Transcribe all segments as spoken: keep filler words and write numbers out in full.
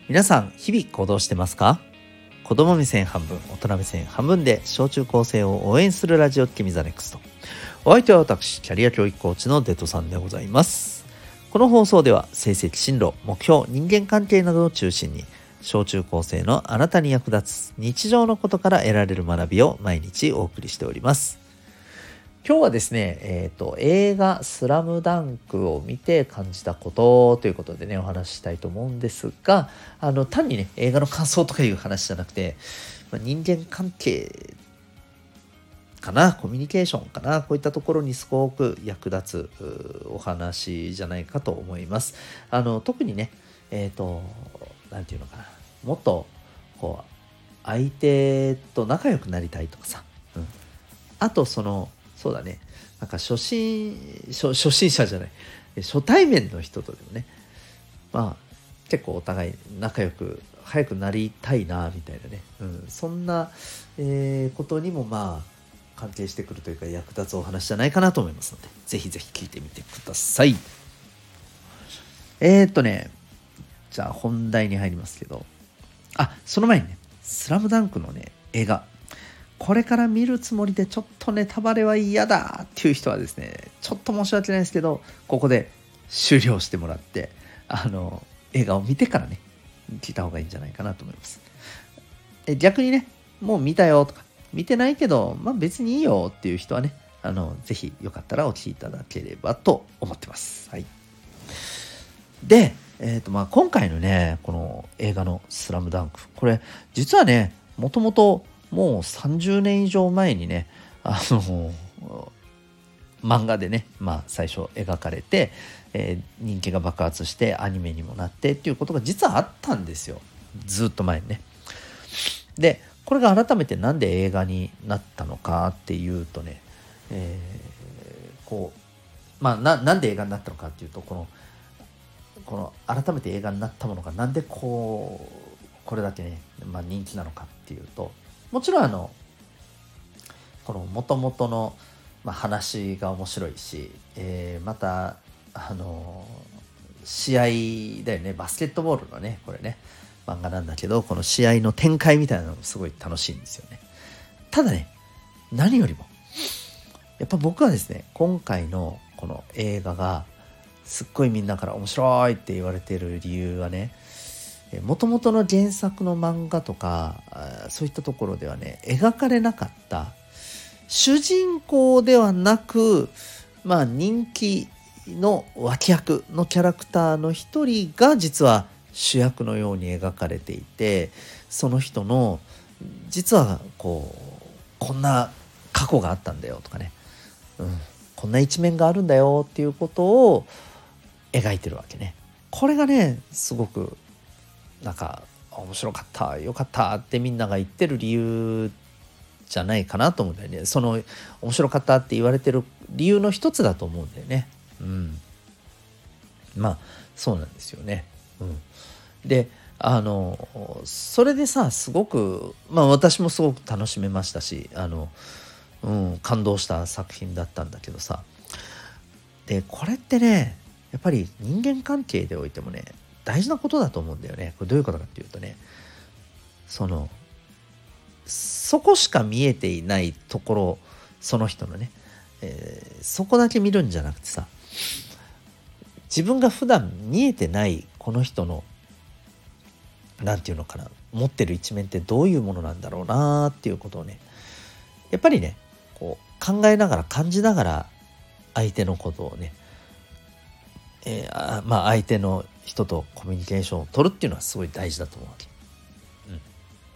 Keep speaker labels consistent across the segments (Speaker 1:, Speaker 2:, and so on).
Speaker 1: 皆さん日々行動してますか？子供目線半分、大人目線半分で小中高生を応援するラジオ君ザネクスト。お相手は私、キャリア教育コーチのデトさんでございます。この放送では成績、進路、目標、人間関係などを中心に小中高生のあなたに役立つ日常のことから得られる学びを毎日お送りしております。今日はですね、えーと、映画スラムダンクを見て感じたことということでね、お話ししたいと思うんですが、あの単にね、映画の感想とかいう話じゃなくて、まあ、人間関係かな、コミュニケーションかな、こういったところにすごく役立つお話じゃないかと思います。あの特にね、えっと、なんていうのかな、もっとこう相手と仲良くなりたいとかさ、うん、あとそのそうだね、なんか初心初初心者じゃない初対面の人とでもね、まあ結構お互い仲良く早くなりたいなみたいなね、うん、そんな、えーことにもまあ関係してくるというか役立つお話じゃないかなと思いますので、ぜひぜひ聞いてみてください。えーっとねじゃあ本題に入りますけど、あその前にね、スラムダンクのね映画、これから見るつもりでちょっとネタバレは嫌だっていう人はですね、ちょっと申し訳ないですけど、ここで終了してもらって、あの映画を見てからね聞いた方がいいんじゃないかなと思います。え逆にね、もう見たよとか見てないけどまあ別にいいよっていう人はね、あのぜひよかったらお聞きいただければと思ってます。はい。で、えーとまあ、今回のねこの映画のスラムダンク、これ実はねもともともうさんじゅうねん以上前にね、あの漫画でね、まあ最初描かれて、えー人気が爆発してアニメにもなってっていうことが実はあったんですよ、ずっと前にね。でこれが改めてなんで映画になったのかっていうとね、えーこうまあななんで映画になったのかっていうと、このこの改めて映画になったものがなんでこうこれだけね、まあ、人気なのかっていうと、もちろんあのこの元々の、まあ、話が面白いし、えーまたあの試合だよね、バスケットボールのねこれね漫画なんだけど、この試合の展開みたいなのもすごい楽しいんですよね。ただね、何よりもやっぱ僕はですね、今回のこの映画がすっごいみんなから面白いって言われている理由はね、もともとの原作の漫画とかそういったところではね描かれなかった主人公ではなく、まあ人気の脇役のキャラクターの一人が実は主役のように描かれていて、その人の実はこうこんな過去があったんだよとかね、うん、こんな一面があるんだよっていうことを描いてるわけね。これがねすごくなんか面白かったよかったってみんなが言ってる理由じゃないかなと思うんだよね。その面白かったって言われてる理由の一つだと思うんだよね。うん。まあそうなんですよね。うん。であのそれでさ、すごくまあ私もすごく楽しめましたし、あの、うん、感動した作品だったんだけどさ、でこれってねやっぱり人間関係でおいてもね大事なことだと思うんだよね。これどういうことかっていうとね、そのそこしか見えていないところ、その人のね、えーそこだけ見るんじゃなくてさ、自分が普段見えてないこの人のなんていうのかな、持ってる一面ってどういうものなんだろうなっていうことをね、やっぱりねこう考えながら感じながら相手のことをね、えーあまあ相手の人とコミュニケーションを取るっていうのはすごい大事だと思うわけ。うん、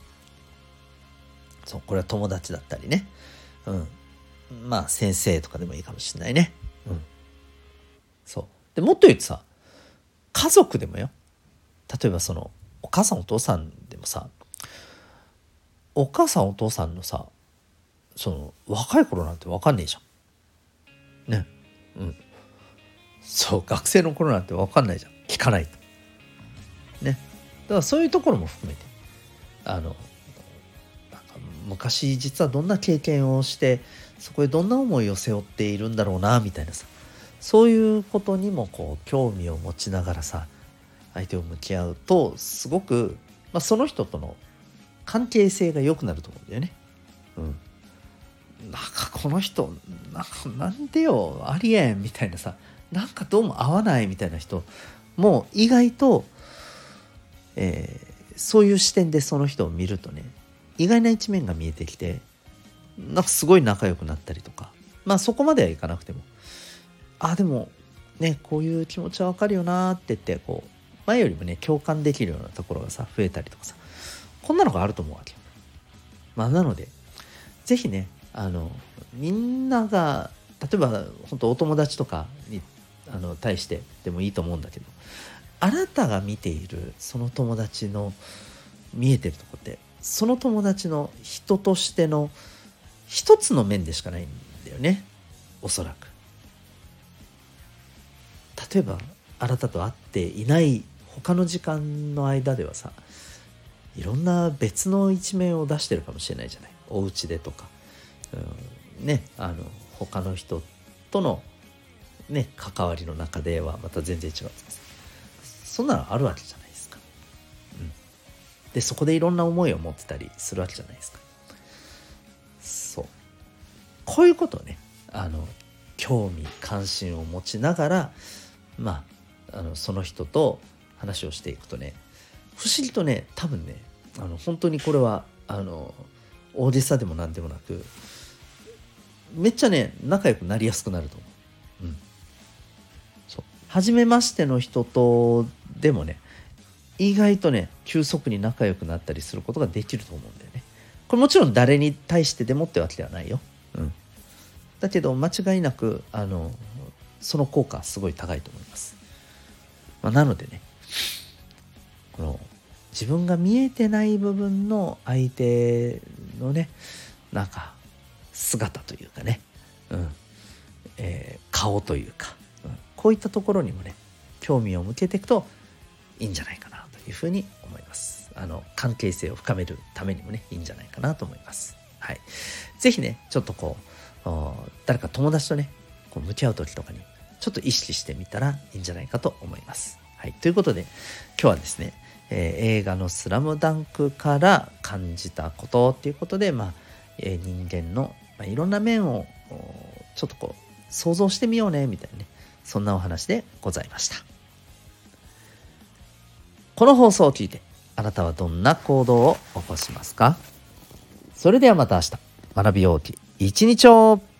Speaker 1: そう、これは友達だったりね、うん、まあ先生とかでもいいかもしれないね。うん、そうでもっと言うとさ、家族でもよ、例えばそのお母さんお父さんでもさ、お母さんお父さんのさ、その若い頃なんて分かんねえじゃんね。うん、そう学生の頃なんて分かんないじゃん、聞かないとね。だからそういうところも含めて、あのなんか昔実はどんな経験をしてそこへどんな思いを背負っているんだろうなみたいなさ、そういうことにもこう興味を持ちながらさ、 相手を向き合うとすごく、まあ、その人との関係性が良くなると思うんだよね。うん。なんかこの人なんかなんでよありえんみたいなさ、なんかどうも合わないみたいな人もう意外と、えー、そういう視点でその人を見るとね、意外な一面が見えてきて、なんかすごい仲良くなったりとか、まあそこまではいかなくても、あでもねこういう気持ちはわかるよなって言って、こう前よりもね共感できるようなところがさ増えたりとかさ、こんなのがあると思うわけ。まあなのでぜひね、あのみんなが例えば本当お友達とかにあの対してでもいいと思うんだけど、あなたが見ているその友達の見えてるとこって、その友達の人としての一つの面でしかないんだよね、おそらく。例えばあなたと会っていない他の時間の間ではさ、いろんな別の一面を出してるかもしれないじゃない。お家でとか、うん、ね、あの他の人とのね関わりの中ではまた全然違うとかさ、そんなのあるわけじゃないですか。うん、でそこでいろんな思いを持ってたりするわけじゃないですか。そう、こういうことをね、あの興味関心を持ちながら、まあ、あのその人と話をしていくとね、不思議とね、多分ね、あの本当にこれはあの大げさでもなんでもなく、めっちゃね仲良くなりやすくなると思う。うん。そう。初めましての人とでもね、意外とね急速に仲良くなったりすることができると思うんだよね。これもちろん誰に対してでもってわけではないよ。うん。だけど間違いなくあのその効果はすごい高いと思います。まあ、なのでね、この自分が見えてない部分の相手のね、なんか姿というかね、うんえー、顔というか、うん、こういったところにもね興味を向けていくといいんじゃないかなというふうに思います。あの関係性を深めるためにもねいいんじゃないかなと思います。はい、ぜひねちょっとこう誰か友達とねこう向き合う時とかにちょっと意識してみたらいいんじゃないかと思います。はい、ということで今日はですね、えー、映画のスラムダンクから感じたことっていうことで、まあえー、人間の、まあ、いろんな面をちょっとこう想像してみようねみたいなね、そんなお話でございました。この放送を聞いてあなたはどんな行動を起こしますか？それではまた明日、学びようき一日を。